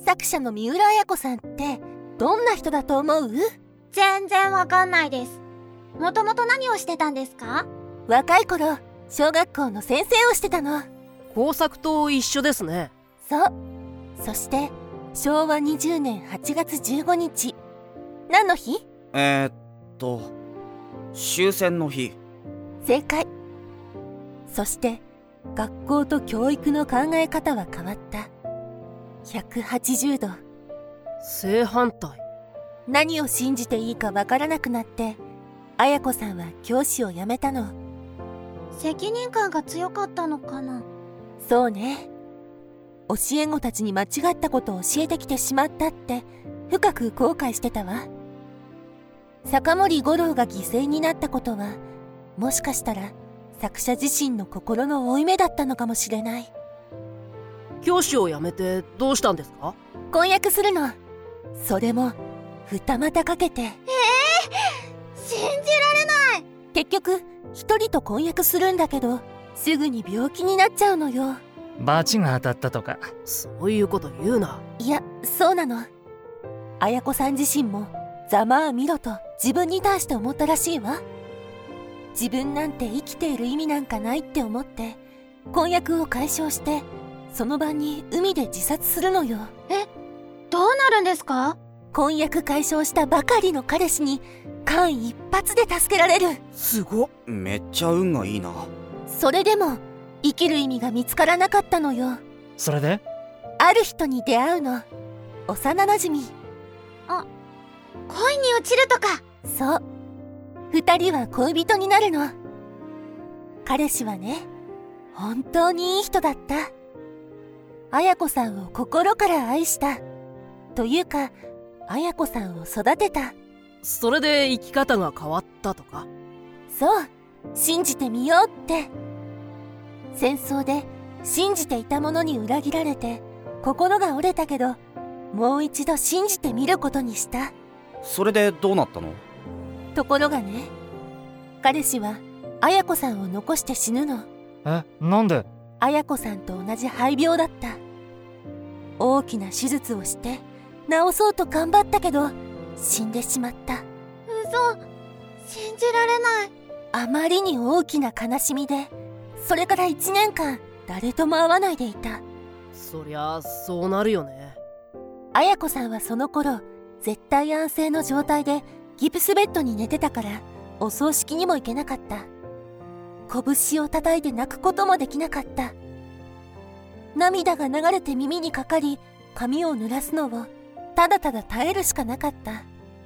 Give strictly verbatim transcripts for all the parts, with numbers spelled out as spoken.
作者の三浦綾子さんってどんな人だと思う？ 全然わかんないです。もともと何をしてたんですか？ 若い頃、小学校の先生をしてたの。 工作と一緒ですね。 そう。そしてしょうわにじゅうねんはちがつじゅうごにち、何の日？ えー、っと終戦の日。 正解。そして学校と教育の考え方は変わった。ひゃくはちじゅうど。 正反対。 何を信じていいかわからなくなって、綾子さんは教師を辞めたの。 責任感が強かったのかな。 そうね。教え子たちに間違ったことを教えてきてしまったって深く後悔してたわ。坂森五郎が犠牲になったことは、もしかしたら作者自身の心の負い目だったのかもしれない。 教師を辞めてどうしたんですか？ 婚約するの。それも二股かけて。えー、信じられない。 結局一人と婚約するんだけど、すぐに病気になっちゃうのよ。 罰が当たったとか。 そういうこと言うな。 いや、そうなの。綾子さん自身もざまあ見ろと自分に対して思ったらしいわ。自分なんて生きている意味なんかないって思って婚約を解消して、その晩に海で自殺するのよ。 え、どうなるんですか？ 婚約解消したばかりの彼氏に間一髪で助けられる。 すごっ。 めっちゃ運がいいな。 それでも生きる意味が見つからなかったのよ。 それである人に出会うの。幼なじみ。 あ、恋に落ちるとか。 そう。二人は恋人になるの。彼氏はね、本当にいい人だった。綾子さんを心から愛した。というか、綾子さんを育てた。 それで生き方が変わったとか？ そう、信じてみようって。戦争で信じていたものに裏切られて心が折れたけど、もう一度信じてみることにした。 それでどうなったの？ ところがね、彼氏は綾子さんを残して死ぬの。 え、なんで？ 綾子さんと同じ肺病だった。大きな手術をして治そうと頑張ったけど死んでしまった。 嘘、信じられない。 あまりに大きな悲しみで、それからいちねんかん誰とも会わないでいた。 そりゃそうなるよね。 綾子さんはその頃絶対安静の状態でギプスベッドに寝てたから、お葬式にも行けなかった。拳を叩いて泣くこともできなかった。涙が流れて耳にかかり、髪を濡らすのをただただ耐えるしかなかった。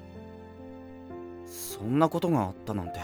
そんなことがあったなんて。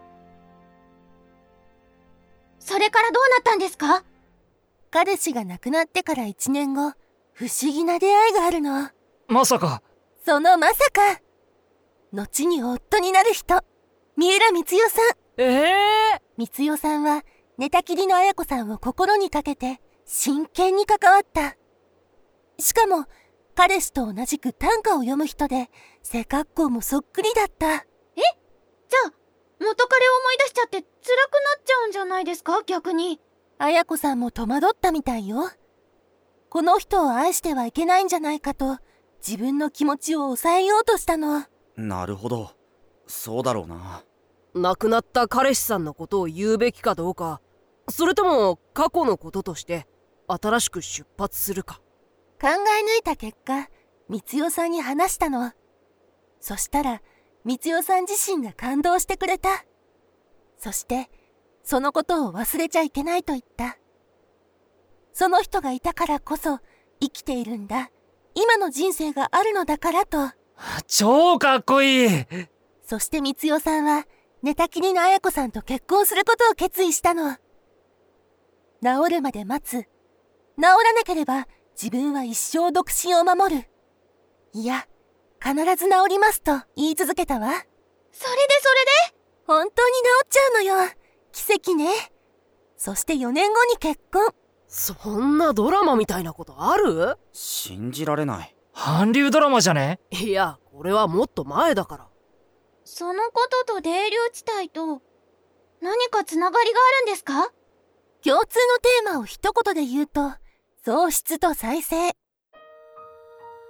それからどうなったんですか？ 彼氏が亡くなってからいちねんご、不思議な出会いがあるの。 まさか。 そのまさか、後に夫になる人、三浦光代さん。 ええー、光代さんは寝たきりの綾子さんを心にかけて真剣に関わった。しかも彼氏と同じく短歌を読む人で、背格好もそっくりだった。 え、じゃあ元彼を思い出しちゃって辛くなっちゃうんじゃないですか？逆に。 綾子さんも戸惑ったみたいよ。この人を愛してはいけないんじゃないかと自分の気持ちを抑えようとしたの。 なるほど、そうだろうな。 亡くなった彼氏さんのことを言うべきかどうか、それとも過去のこととして新しく出発するか。 考え抜いた結果、光代さんに話したの。そしたら光代さん自身が感動してくれた。そしてそのことを忘れちゃいけないと言った。その人がいたからこそ生きているんだ、今の人生があるのだからと。 超かっこいい。 そして光代さんは寝たきりの綾子さんと結婚することを決意したの。治るまで待つ。治らなければ自分は一生独身を守る。いや、必ず治りますと言い続けたわ。それでそれで本当に治っちゃうのよ。奇跡ね。そしてよねんごに結婚。 そんなドラマみたいなことある？ 信じられない。 韓流ドラマじゃね？ いや、これはもっと前だから。 そのことと泥流地帯と何かつながりがあるんですか？ 共通のテーマを一言で言うと、喪失と再生。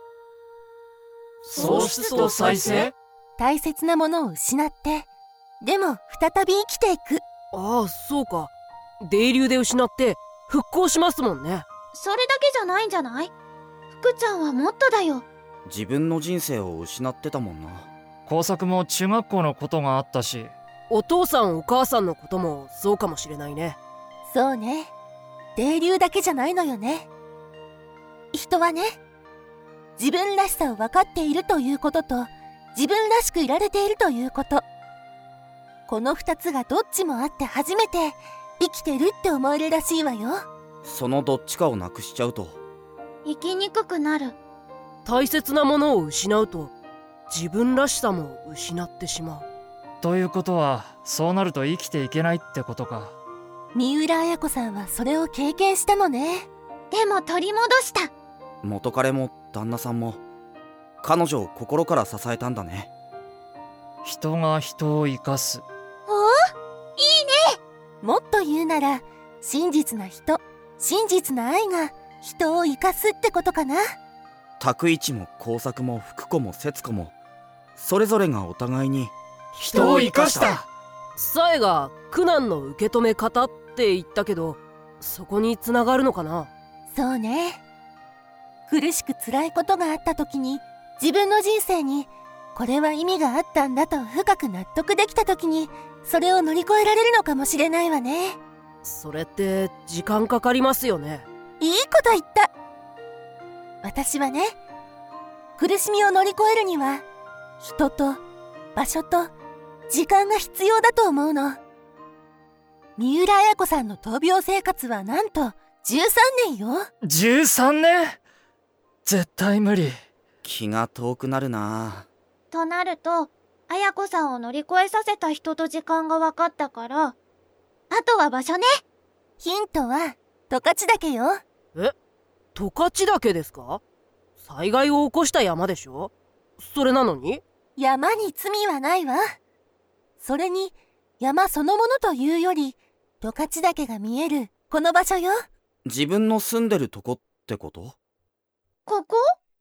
喪失と再生？ 大切なものを失って、でも再び生きていく。 ああ、そうか。泥流で失って復興しますもんね。 それだけじゃないんじゃない？福ちゃんはもっとだよ。 自分の人生を失ってたもんな。 工作も中学校のことがあったし、 お父さんお母さんのこともそうかもしれないね。 そうね。泥流だけじゃないのよね。人はね、自分らしさを分かっているということと、自分らしくいられているということ。この二つがどっちもあって初めて生きてるって思えるらしいわよ。 そのどっちかをなくしちゃうと生きにくくなる。 大切なものを失うと自分らしさも失ってしまう。 ということはそうなると生きていけないってことか。 三浦綾子さんはそれを経験したのね。 でも取り戻した。 元彼も旦那さんも彼女を心から支えたんだね。 人が人を生かす。 おお、いいね。 もっと言うなら、真実な人、真実な愛が人を生かすってことかな。 拓一も工作も福子も節子もそれぞれがお互いに人を生かした。 サエが苦難の受け止め方って言ったけど、そこにつながるのかな。 そうね。苦しく辛いことがあった時に、自分の人生にこれは意味があったんだと深く納得できた時に、それを乗り越えられるのかもしれないわね。 それって時間かかりますよね。 いいこと言った。私はね、苦しみを乗り越えるには人と場所と時間が必要だと思うの。三浦綾子さんの闘病生活はなんとじゅうさんねんよ。 じゅうさんねん？絶対無理。 気が遠くなるな。 となると、綾子さんを乗り越えさせた人と時間が分かったから、あとは場所ね。 ヒントは十勝岳よ。 え、十勝岳ですか？災害を起こした山でしょ？それなのに？ 山に罪はないわ。それに山そのものというより、十勝岳が見えるこの場所よ。 自分の住んでるとこってこと？ ここ？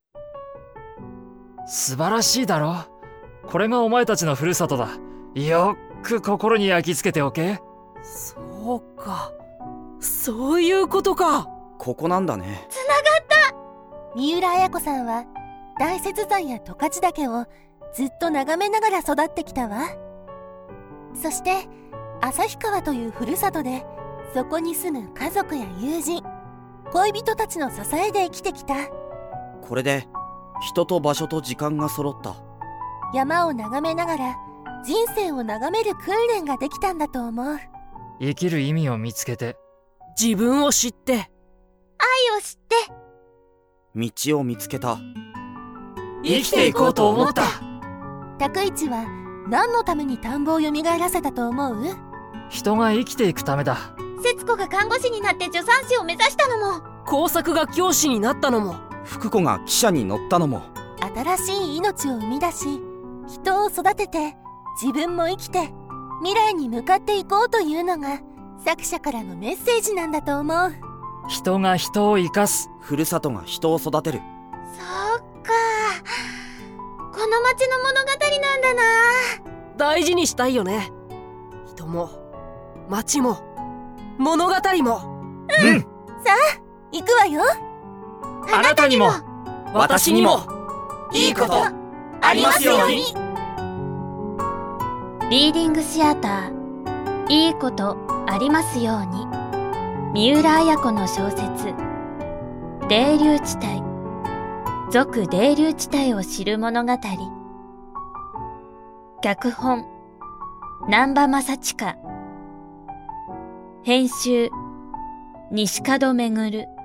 素晴らしいだろ。これがお前たちのふるさとだ。よっく心に焼き付けておけ。 そうか、そういうことか。 ここなんだね。 つながった。 三浦綾子さんは大雪山や十勝岳をずっと眺めながら育ってきたわ。そして旭川というふるさとで、そこに住む家族や友人、恋人たちの支えで生きてきた。 これで人と場所と時間が揃った。 山を眺めながら人生を眺める訓練ができたんだと思う。 生きる意味を見つけて、 自分を知って、 愛を知って、 道を見つけた。 生きていこうと思った。 拓一は何のために田んぼを蘇らせたと思う？ 人が生きていくためだ。 節子が看護師になって助産師を目指したのも、 工作が教師になったのも、 福子が汽車に乗ったのも。 新しい命を生み出し、人を育てて、自分も生きて、未来に向かっていこうというのが作者からのメッセージなんだと思う。 人が人を生かす。 ふるさとが人を育てる。 そっか。この町の物語なんだな。 大事にしたいよね。人も町も物語も。 うん。 さあ行くわよ。 あなたにも私にもいいことありますように。 リーディングシアター、いいことありますように。三浦綾子の小説泥流地帯、続泥流地帯を知る物語。脚本難波正親、編集西門めぐる、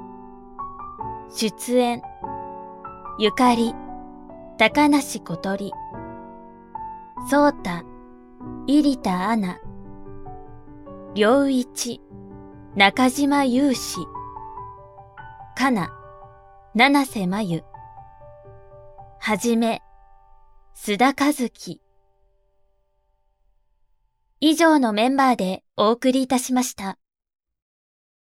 出演ゆかり、高梨小鳥、そうた、入田アナ、良一、中島雄志、かな、七瀬真由、はじめ、須田和樹。以上のメンバーでお送りいたしました。